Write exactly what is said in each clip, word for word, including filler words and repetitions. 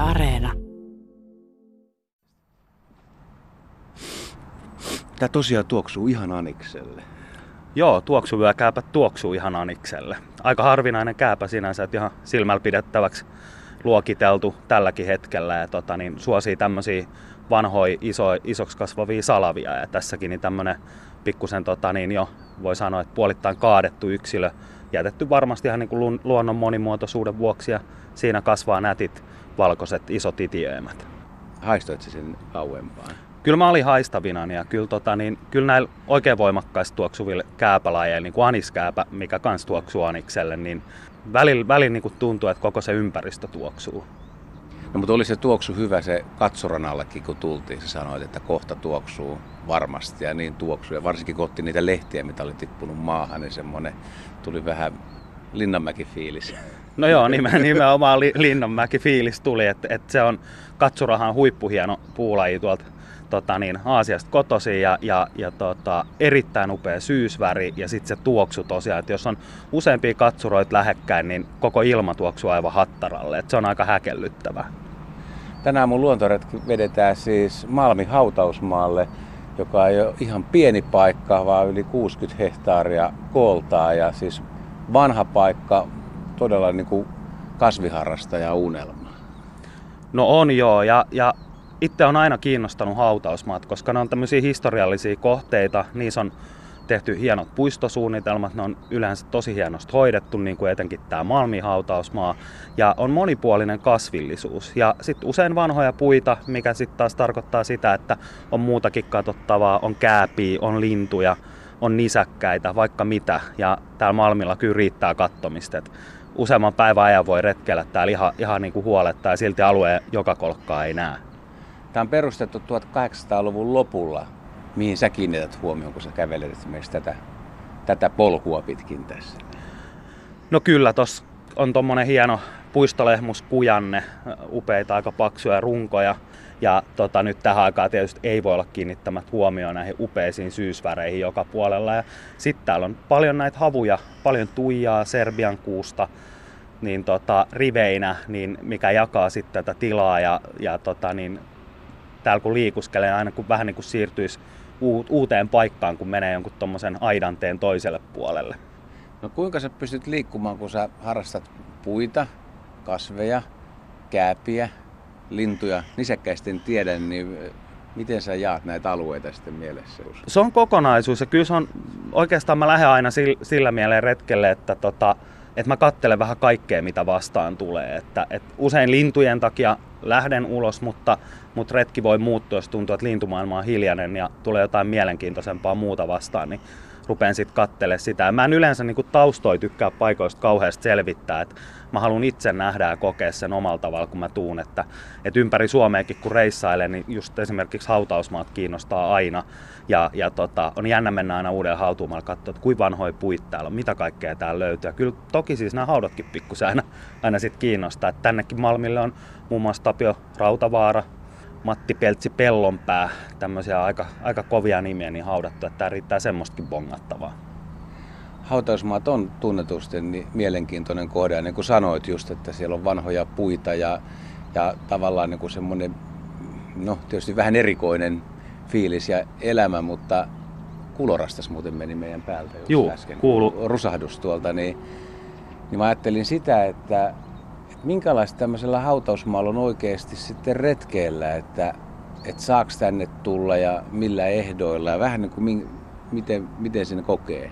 Areena. Tää tosiaan tuoksuu ihan anikselle. Joo, tuoksuvyökääpät tuoksuu ihan anikselle. Aika harvinainen kääpä sinänsä, että ihan silmällä pidettäväksi luokiteltu tälläkin hetkellä. Ja tota, niin suosii tämmöisiä vanhoja iso, isoksi kasvavia salavia. Ja tässäkin niin tämmönen pikkusen tota, niin jo voi sanoa, että puolittain kaadettu yksilö. Jätetty varmasti ihan niin kuin luonnon monimuotoisuuden vuoksi ja siinä kasvaa nätit valkoiset isot itiöimät. Haistoit sä sen kauempaan? Kyllä mä olin haistavinaan ja kyllä, tota, niin, kyllä näillä oikein voimakkaasti tuoksuvilla kääpälajeilla, niin kuin aniskääpä, mikä kans tuoksuu anikselle, niin välillä, välillä niin kuin tuntuu, että koko se ympäristö tuoksuu. No, mutta oli se tuoksu hyvä se katsoran allekin, kun tultiin. Sä sanoit, että kohta tuoksuu varmasti ja niin tuoksuu. Ja varsinkin kun otti niitä lehtiä, mitä oli tippunut maahan, niin semmoinen tuli vähän Linnanmäki-fiilis. No joo, nimenomaan Linnanmäki-fiilis tuli, että, että se on katsurahan huippuhieno puulaji tuolta tota niin, Aasiasta kotoisin ja, ja, ja tota, erittäin upea syysväri ja sitten se tuoksu tosiaan, että jos on useampia katsuroita lähekkäin, niin koko ilma tuoksuu aivan hattaralle, että se on aika häkellyttävää. Tänään mun luontoretki vedetään siis Malmin hautausmaalle, joka ei ole ihan pieni paikka, vaan yli kuusikymmentä hehtaaria kooltaa ja siis vanha paikka, todella niin kuin kasviharrastaja unelma. No on joo, ja, ja itse on aina kiinnostanut hautausmaat, koska ne on tämmöisiä historiallisia kohteita, niissä on tehty hienot puistosuunnitelmat, ne on yleensä tosi hienosti hoidettu, niin kuin etenkin tämä Malmin hautausmaa, ja on monipuolinen kasvillisuus. Ja sitten usein vanhoja puita, mikä sitten taas tarkoittaa sitä, että on muutakin katsottavaa, on kääpiä, on lintuja, on nisäkkäitä, vaikka mitä, ja täällä Malmilla kyllä riittää kattomista. Et useamman päivän ajan voi retkeillä täällä ihan, ihan niin kuin huolettaa, ja silti alueen joka kolkkaa ei näe. Tämä on perustettu tuhatkahdeksansataaluvun lopulla. Mihin sä kiinnität huomioon, kun sä kävelet esimerkiksi tätä, tätä polkua pitkin tässä? No kyllä, tuossa on tommonen hieno puistolehmuskujanne, upeita aika paksuja runkoja. Ja tota, nyt tähän aikaan tietysti ei voi olla kiinnittämät huomioon näihin upeisiin syysväreihin joka puolella. Ja sitten täällä on paljon näitä havuja, paljon tuijaa Serbian kuusta niin tota, riveinä, niin mikä jakaa sitten tätä tilaa. Ja, ja tota, niin, täällä kun liikuskelee, aina kun vähän niin kuin siirtyisi uuteen paikkaan, kun menee jonkun tommosen aidanteen toiselle puolelle. No kuinka sä pystyt liikkumaan, kun sä harrastat puita, kasveja, kääpiä, lintuja, nisäkkäistä en tiedä, niin miten sä jaat näitä alueita sitten mielessä? Se on kokonaisuus ja kyllä se on, oikeastaan mä lähden aina sillä mieleen retkelle, että, tota, että mä katselen vähän kaikkea, mitä vastaan tulee. Että, että usein lintujen takia lähden ulos, mutta, mutta retki voi muuttua, jos tuntuu, että lintumaailma on hiljainen ja tulee jotain mielenkiintoisempaa muuta vastaan, niin rupean sitten katselemaan sitä. Ja mä en yleensä niin kuin taustoja tykkää paikoista kauheasti selvittää, että mä haluan itse nähdä ja kokea sen omalla tavalla, kun mä tuun, että, että ympäri Suomeakin kun reissailen, niin just esimerkiksi hautausmaat kiinnostaa aina. Ja, ja tota, on jännä mennä aina uudella hautuumalla katsoa, että kuinka vanhoja puita täällä on, mitä kaikkea täällä löytyy. Ja kyllä toki siis nämä haudotkin pikkusen aina, aina sit kiinnostaa. Että tännekin Malmille on muun muassa Tapio Rautavaara, Matti Peltsi Pellonpää, tämmöisiä aika, aika kovia nimiä niin haudattu, että tää riittää semmoistakin bongattavaa. Hautausmaat on tunnetusti niin mielenkiintoinen kohde, ja niin kuin sanoit just, että siellä on vanhoja puita ja, ja tavallaan niin kuin semmoinen, no tietysti vähän erikoinen fiilis ja elämä, mutta kulorastas muuten meni meidän päältä Juu, äsken, kuulu. rusahdus tuolta, niin, niin mä ajattelin sitä, että minkälaista tämmöisellä hautausmaalla on oikeasti sitten retkeillä, että, että saako tänne tulla ja millä ehdoilla ja vähän niin kuin miten, miten sen kokee?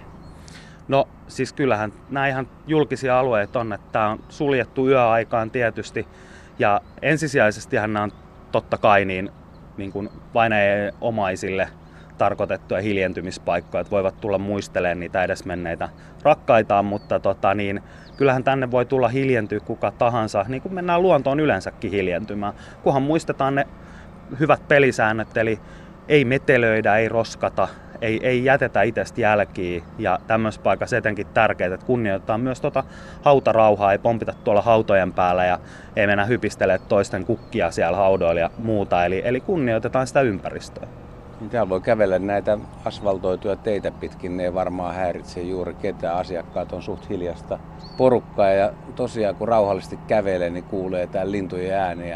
No siis kyllähän nämä ihan julkisia alueita on, että tämä on suljettu yöaikaan tietysti ja ensisijaisestihan nämä on totta kai niin, niin kuin vainajien omaisille tarkoitettuja hiljentymispaikkoja, että voivat tulla muistelemaan niitä edesmenneitä rakkaitaan, mutta tota niin, kyllähän tänne voi tulla hiljentyä kuka tahansa, niin kuin mennään luontoon yleensäkin hiljentymään, kunhan muistetaan ne hyvät pelisäännöt, eli ei metelöidä, ei roskata, ei, ei jätetä itsestä jälkiä ja tämmöisessä paikassa etenkin tärkeää, että kunnioitetaan myös tuota hautarauhaa, ei pompita tuolla hautojen päällä ja ei mennä hypistele toisten kukkia siellä haudoilla ja muuta, eli, eli kunnioitetaan sitä ympäristöä. Täällä voi kävellä näitä asfaltoituja teitä pitkin, ne ei varmaan häiritse juuri ketään. Asiakkaat on suht hiljasta porukkaa ja tosiaan kun rauhallisesti kävelee, niin kuulee täällä lintujen ääniä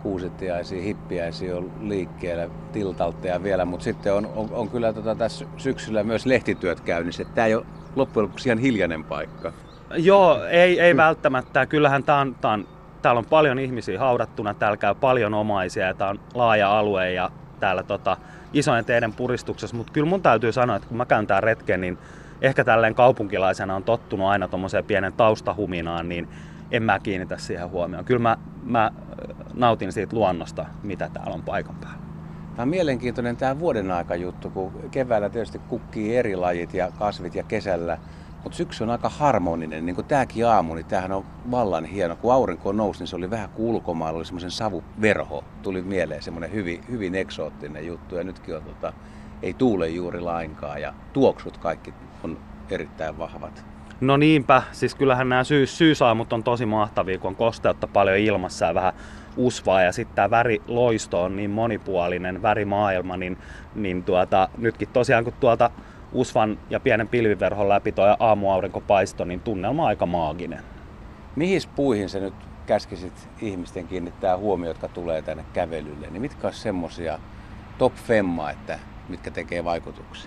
kuusitiaisia, hippiäisiä on liikkeellä tiltalta vielä, mutta sitten on, on, on kyllä tota tässä syksyllä myös lehtityöt käynnissä. Tämä ei ole loppujen lopuksi ihan hiljainen paikka. Joo, ei, ei välttämättä. Kyllähän tää on, tää on, täällä on paljon ihmisiä haudattuna, täällä käy paljon omaisia ja tää on laaja alue ja täällä tota, isojen teiden puristuksessa. Mutta kyllä mun täytyy sanoa, että kun mä käyn tää retken, niin ehkä tälleen kaupunkilaisena on tottunut aina tommoseen pienen taustahuminaan, niin en mä kiinnitä siihen huomioon. Kyllä mä, mä nautin siitä luonnosta, mitä täällä on paikan päällä. Tämä on mielenkiintoinen tämä vuoden aika juttu, kun keväällä tietysti kukkii eri lajit ja kasvit ja kesällä, mutta syksy on aika harmoninen. Niin kuin tämäkin aamu, niin tämähän on vallan hieno. Kun aurinko nousi, niin se oli vähän kuin ulkomailla, oli semmoisen savuverho. Tuli mieleen semmoinen hyvin, hyvin eksoottinen juttu ja nytkin on, tota, ei tuule juuri lainkaan ja tuoksut kaikki on erittäin vahvat. No niinpä, siis kyllähän nämä syys, syysaamut on tosi mahtavia, kun on kosteutta paljon ilmassa ja vähän usvaa ja sitten tämä väriloisto on niin monipuolinen värimaailma, niin, niin tuota, nytkin tosiaan kun tuolta usvan ja pienen pilviverhon läpi tuo aamuaurinko paistoi, niin tunnelma on aika maaginen. Mihin puihin sä nyt käskisit ihmisten kiinnittää huomioon, jotka tulee tänne kävelylle, niin mitkä olisi semmosia top femma, että mitkä tekee vaikutuksia?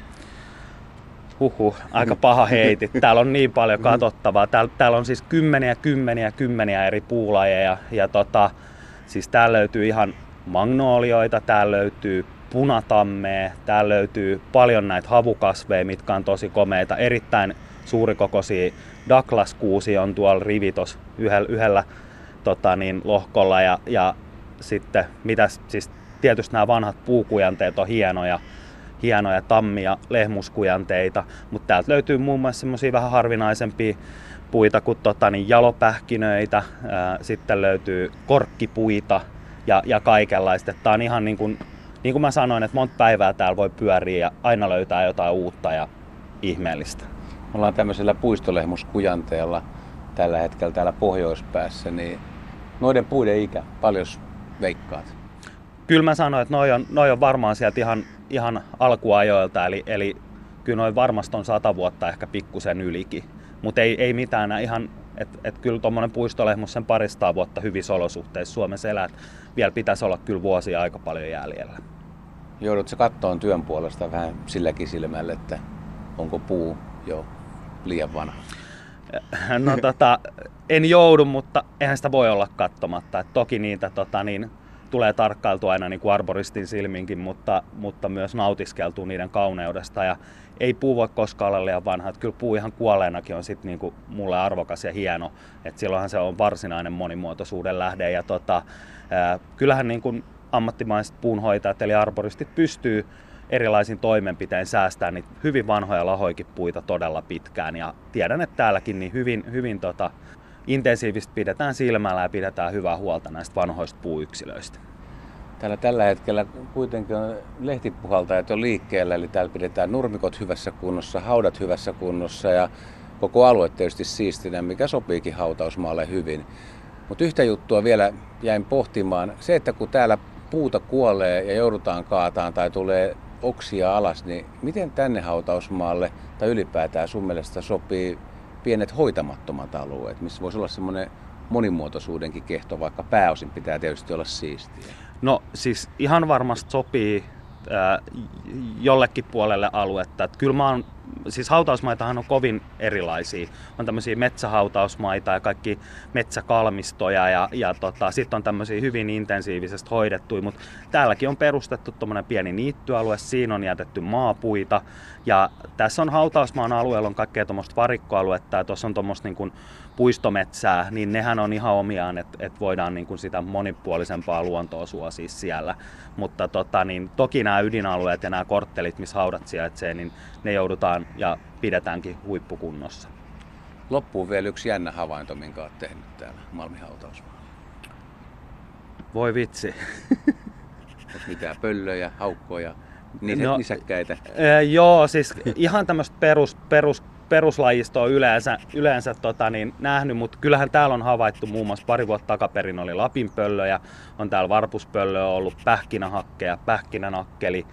Huhhuh, aika paha heitit. Täällä on niin paljon katsottavaa. Täällä, täällä on siis kymmeniä, kymmeniä, kymmeniä eri puulajeja. Ja tota, siis täällä löytyy ihan magnoolioita, täällä löytyy punatammea, täällä löytyy paljon näitä havukasveja, mitkä on tosi komeita. Erittäin suurikokoisia Douglas-kuusia on tuolla rivi tuossa yhdellä, yhdellä tota niin, lohkolla. Ja, ja sitten mitäs, siis tietysti nämä vanhat puukujanteet on hienoja. hienoja tammia, lehmuskujanteita, mutta täältä löytyy muun muassa semmoisia vähän harvinaisempia puita kuin tota, niin jalopähkinöitä, ää, sitten löytyy korkkipuita ja, ja kaikenlaista. Tämä on ihan niin kuin, niin kuin mä sanoin, että monta päivää täällä voi pyöriä ja aina löytää jotain uutta ja ihmeellistä. Me ollaan tämmöisellä puistolehmuskujanteella tällä hetkellä täällä pohjoispäässä, niin noiden puiden ikä, paljon veikkaat? Kyllä mä sanoin, että noi on, noi on varmaan sieltä ihan, ihan alkuajoilta, eli, eli kyllä noin varmasti on sata vuotta ehkä pikkusen ylikin. Mutta ei, ei mitään, ihan, että et kyllä tuommoinen puistolehmus sen paristaa vuotta hyvissä olosuhteissa Suomessa elää. Vielä pitäisi olla kyllä vuosia aika paljon jäljellä. Joudutko kattoon työn puolesta vähän silläkin silmällä, että onko puu jo liian vanha? No tota, en joudu, mutta eihän sitä voi olla katsomatta. Et toki niitä tota, niin, tulee tarkkailtua aina niin kuin arboristin silminkin, mutta, mutta myös nautiskeltua niiden kauneudesta. Ja ei puu voi koskaan olla liian vanha. Että kyllä puu ihan kuolleenakin on sit niin kuin mulle arvokas ja hieno. Et silloinhan se on varsinainen monimuotoisuuden lähde. Ja tota, ää, kyllähän niin kuin ammattimaiset puunhoitajat eli arboristit pystyy erilaisin toimenpitein säästämään niitä hyvin vanhoja lahoikin puita todella pitkään. Ja tiedän, että täälläkin niin hyvin, hyvin tota, intensiivisesti pidetään silmällä ja pidetään hyvää huolta näistä vanhoista puuyksilöistä. Täällä tällä hetkellä kuitenkin on lehtipuhaltajat on liikkeellä, eli täällä pidetään nurmikot hyvässä kunnossa, haudat hyvässä kunnossa ja koko alue tietysti siistinä, mikä sopiikin hautausmaalle hyvin. Mutta yhtä juttua vielä jäin pohtimaan. Se, että kun täällä puuta kuolee ja joudutaan kaataan tai tulee oksia alas, niin miten tänne hautausmaalle tai ylipäätään sun mielestä sopii pienet hoitamattomat alueet, missä voisi olla semmoinen monimuotoisuudenkin kehto, vaikka pääosin pitää tietysti olla siistiä? No siis ihan varmasti sopii äh, jollekin puolelle aluetta. Et kyllä mä oon, siis hautausmaitahan on kovin erilaisia. On tämmöisiä metsähautausmaita ja kaikki metsäkalmistoja ja, ja tota, sitten on tämmöisiä hyvin intensiivisesti hoidettuja, mutta täälläkin on perustettu tommonen pieni niittyalue, siinä on jätetty maapuita ja tässä on hautausmaan alueella on kaikkea tuommoista varikkoaluetta ja tuossa on tuommoista niin kuin puistometsää, niin nehän on ihan omiaan, että et voidaan niin kuin sitä monipuolisempaa luontoa suosia siellä. Mutta tota, niin, toki nämä ydinalueet ja nämä korttelit, missä haudat sijaitsee, niin ne joudutaan ja pidetäänkin huippukunnossa. Loppuun vielä yksi jännä havainto, minkä olet tehnyt täällä Malmin hautausmaalla. Voi vitsi. Onko mitään pöllöjä, haukkoja, niitä no, nisäkkäitä? Äh, joo, siis ihan tämmöistä perus, perus peruslajistoa yleensä, yleensä tota, niin, nähnyt, mutta kyllähän täällä on havaittu muun muassa pari vuotta takaperin oli lapinpöllöjä, on täällä varpuspöllöä ollut, pähkinähakkeja, pähkinänakkeli,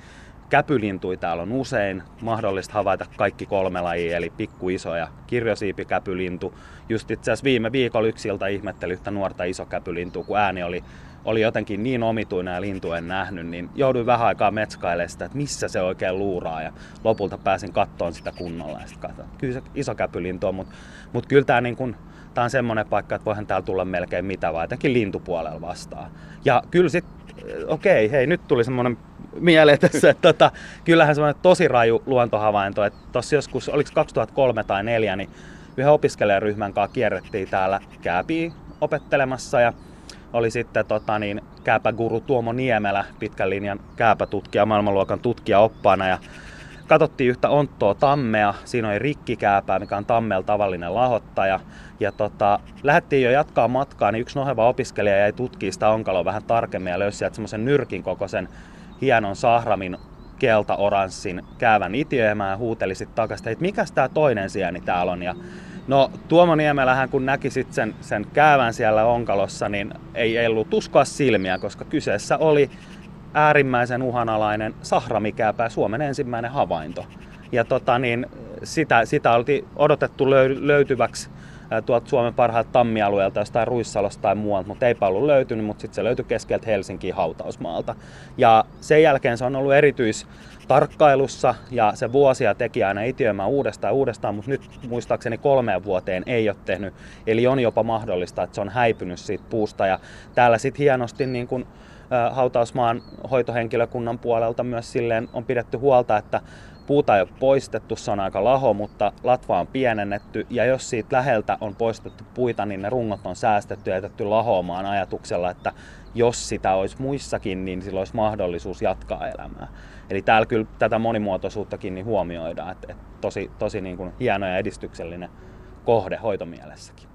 Käpylintuja täällä on usein, mahdollista havaita kaikki kolme lajia, eli pikku, iso ja kirjosiipikäpylintu. Just itse asiassa viime viikolla yksi ilta ihmetteli yhtä nuorta isokäpylintua, kun ääni oli, oli jotenkin niin omituinen ja lintu en nähnyt, niin jouduin vähän aikaa metskailemaan sitä, että missä se oikein luuraa, ja lopulta pääsin kattoon sitä kunnolla ja sitten katsoin, kyllä se isokäpylintu on, mutta mut kyllä tämä niin kun, tää on semmoinen paikka, että voihan täällä tulla melkein mitä vaan, etenkin lintupuolella vastaan. Ja kyllä sitten, okei, hei, nyt tuli semmoinen mieleen tässä, että tota, kyllähän semmoinen tosi raju luontohavainto, että tuossa joskus, oliko kaksituhattakolme tai neljä, niin yhden opiskelijaryhmän kanssa kierrettiin täällä kääpiä opettelemassa ja oli sitten tota, niin, kääpäguru Tuomo Niemelä, pitkän linjan kääpätutkija, maailmanluokan tutkija oppaana ja katsottiin yhtä onttoa tammea, siinä oli rikkikääpää, mikä on tammella tavallinen lahottaja. Ja tota, lähdettiin jo jatkaa matkaa, niin yksi noheva opiskelija jäi tutkimaan sitä onkaloa vähän tarkemmin ja löysi sieltä semmoisen nyrkin kokoisen hienon sahramin kelta-oranssin käävän itiöimään ja huuteli sitten takaisin, että mikäs tää toinen sieni täällä on. Ja no Tuomo Niemelähän kun näki sitten sen, sen käävän siellä onkalossa, niin ei, ei ollut uskoa silmiä, koska kyseessä oli äärimmäisen uhanalainen sahramikääpä, Suomen ensimmäinen havainto. Ja tota, niin, sitä, sitä oltiin odotettu löy- löytyväksi ää, tuolta Suomen parhaat tammialueelta, jostain Ruissalosta tai muualta, mutta eipä ollut löytynyt, mutta sitten se löytyi keskeltä Helsinkiin hautausmaalta. Ja sen jälkeen se on ollut erityistarkkailussa ja se vuosia teki aina itiöimään uudestaan ja uudestaan, mutta nyt muistaakseni kolmeen vuoteen ei ole tehnyt. Eli on jopa mahdollista, että se on häipynyt siitä puusta ja täällä sitten hienosti niin kun hautausmaan hoitohenkilökunnan puolelta myös silleen on pidetty huolta, että puuta ei ole poistettu, se on aika laho, mutta latva on pienennetty ja jos siitä läheltä on poistettu puita, niin ne rungot on säästetty ja jätetty lahoamaan ajatuksella, että jos sitä olisi muissakin, niin sillä olisi mahdollisuus jatkaa elämää. Eli täällä kyllä tätä monimuotoisuuttakin niin huomioidaan, että, että tosi, tosi niin kuin hieno ja edistyksellinen kohde hoitomielessäkin.